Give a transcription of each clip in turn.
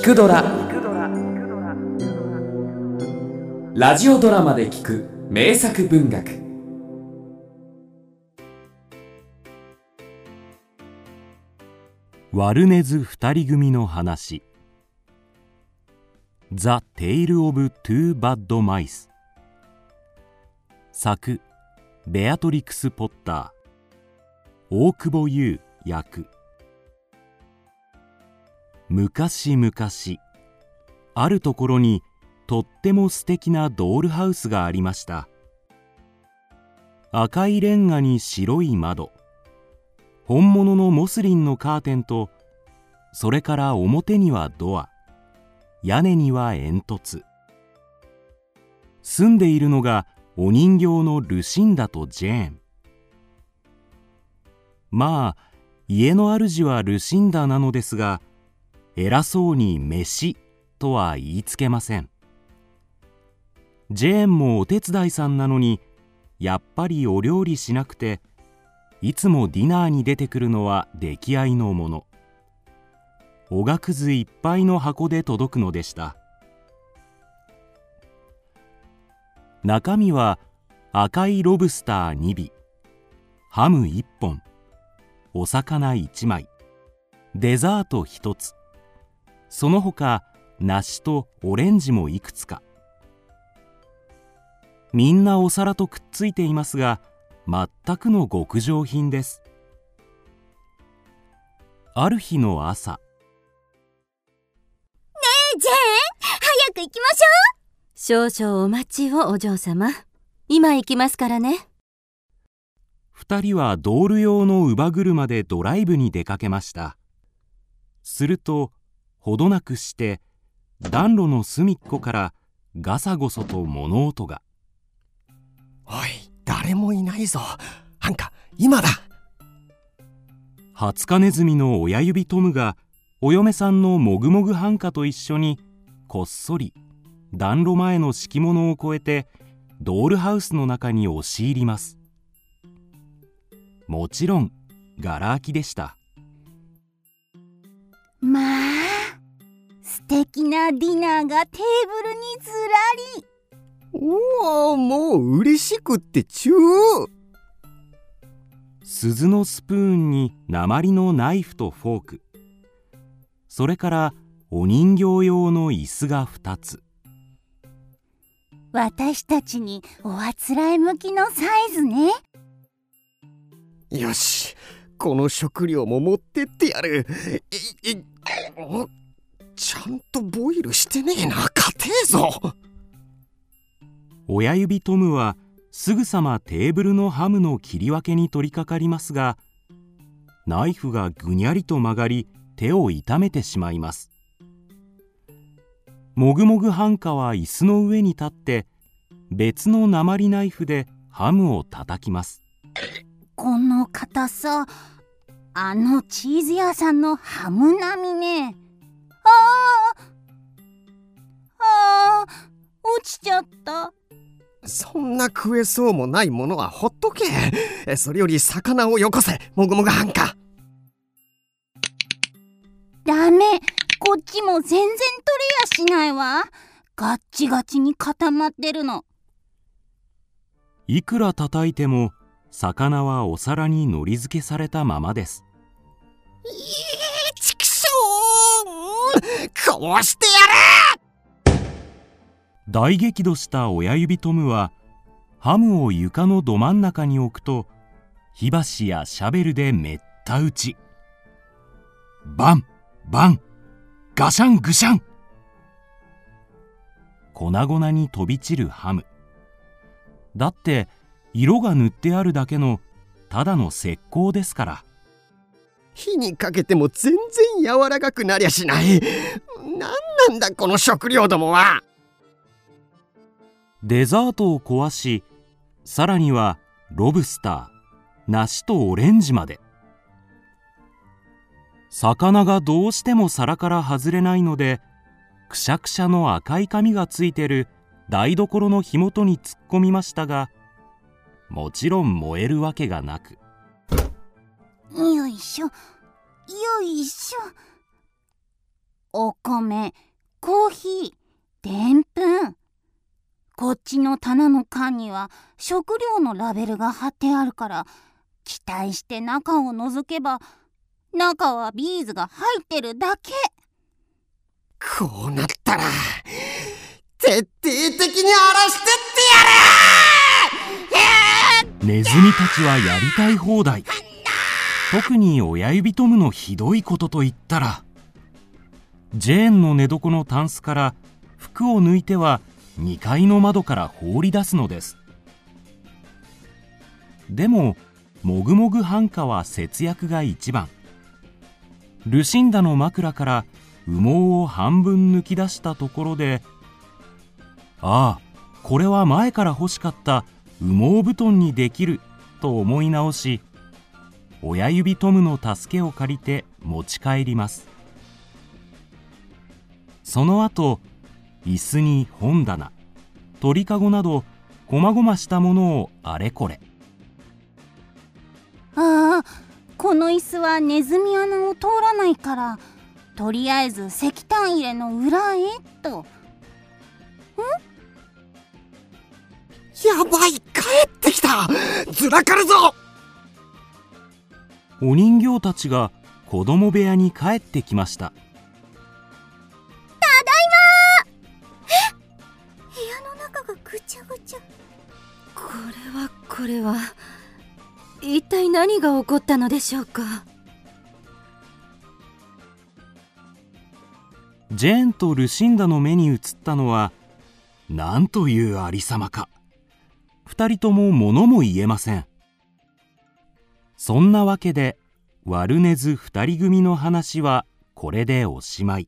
聞くドラ」ラジオドラマで聞く名作文学。 ワルネズ二人組の話。ザ・テイル・オブ・トゥー・バッド・マイス。作ベアトリクス・ポッター、大久保優役。昔々あるところにとっても素敵なドールハウスがありました。赤いレンガに白い窓、本物のモスリンのカーテンと、それから表にはドア、屋根には煙突。住んでいるのがお人形のルシンダとジェーン。まあ家の主はルシンダなのですが、偉そうに飯とは言いつけません。ジェーンもお手伝いさんなのに、やっぱりお料理しなくて、いつもディナーに出てくるのは出来合いのもの。おがくずいっぱいの箱で届くのでした。中身は赤いロブスター2尾、ハム1本、お魚1枚、デザート1つ、その他梨とオレンジもいくつか。みんなお皿とくっついていますが、全くの極上品です。ある日の朝。 ねえジェーン、早く行きましょう。 少々お待ちをお嬢様。今行きますからね。 二人はドール用の乳母車でドライブに出かけました。するとほどなくして暖炉の隅っこからガサゴソと物音が。 おい、誰もいないぞ。ハンカ、今だ。 ハツカネズミの親指トムがお嫁さんのもぐもぐハンカと一緒にこっそり暖炉前の敷物を越えてドールハウスの中に押し入ります。もちろんガラ空きでした。 まあ素敵なディナーがテーブルにずらり。 おお、もう嬉しくってちゅう。 鈴のスプーンに鉛のナイフとフォーク、それからお人形用の椅子が2つ。 私たちにおあつらえ向きのサイズね。 よし、この食料も持ってってやる。ちゃんとボイルしてねえな、硬えぞ。 親指トムはすぐさまテーブルのハムの切り分けに取り掛かりますが、ナイフがぐにゃりと曲がり手を痛めてしまいます。もぐもぐハンカは椅子の上に立って別の鉛ナイフでハムを叩きます。 この硬さ、あのチーズ屋さんのハム並みね。落ちちゃった。 そんな食えそうもないものはほっとけ。それより魚をよこせ、もぐもぐハンカ。 ダメ、こっちも全然取れやしないわ。ガッチガチに固まってるの。 いくら叩いても魚はお皿にのり付けされたままです。 ちくしょう、こうしてやれ。 大激怒した親指トムはハムを床のど真ん中に置くと、火箸やシャベルでめった打ち。バンバン、ガシャングシャン。粉々に飛び散るハム。だって色が塗ってあるだけのただの石膏ですから。 火にかけても全然柔らかくなりゃしない。なんだこの食料どもは。 デザートを壊し、さらにはロブスター、梨とオレンジまで。魚がどうしても皿から外れないので、くしゃくしゃの赤い紙がついてる台所の火元に突っ込みましたが、もちろん燃えるわけがなく。 よいしょよいしょ。 お米、コーヒー、でんぷん。こっちの棚の缶には食料のラベルが貼ってあるから、期待して中を覗けば中はビーズが入ってるだけ。 こうなったら徹底的に荒らしてってやれ。 ネズミたちはやりたい放題。特に親指トムのひどいことと言ったら、ジェーンの寝床のタンスから服を抜いては2階の窓から放り出すのです。でももぐもぐハンカは節約が一番。ルシンダの枕から羽毛を半分抜き出したところで、ああ、これは前から欲しかった羽毛布団にできると思い直し、親指トムの助けを借りて持ち帰ります。その後、椅子に本棚、鳥かごなどこまごましたものをあれこれ。 ああ、この椅子はネズミ穴を通らないから、とりあえず石炭入れの裏へと。 やばい、帰ってきた。ずらかるぞ。 お人形たちが子供部屋に帰ってきました。 部屋の中がぐちゃぐちゃ。これは一体何が起こったのでしょうか。 ジェーンとルシンダの目に映ったのは、なんというありさまか。二人とも物も言えません。そんなわけで悪ネズ二人組の話はこれでおしまい。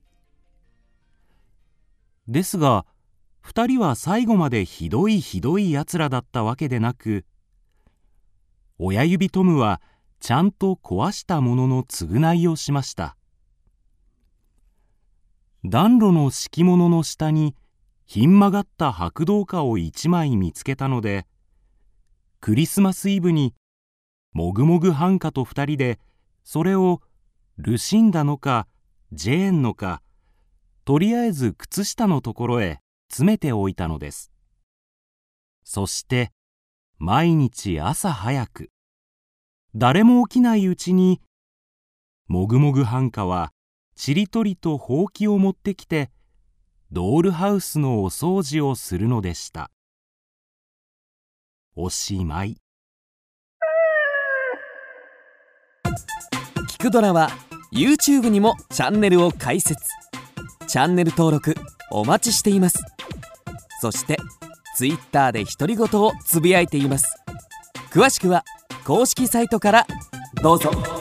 ですが二人は最後までひどいやつらだったわけでなく、親指トムはちゃんと壊したものの償いをしました。暖炉の敷物の下にひん曲がった白銅貨を一枚見つけたので、クリスマスイブにもぐもぐハンカと二人でそれをルシンダのかジェーンのか、とりあえず靴下のところへ詰めておいたのです。そして毎日朝早く、誰も起きないうちにもぐもぐハンカはちりとりとほうきを持ってきてドールハウスのお掃除をするのでした。おしまい。 聞くドラは YouTube にもチャンネルを開設。チャンネル登録お待ちしています。そして Twitter で独り言をつぶやいています。詳しくは公式サイトからどうぞ。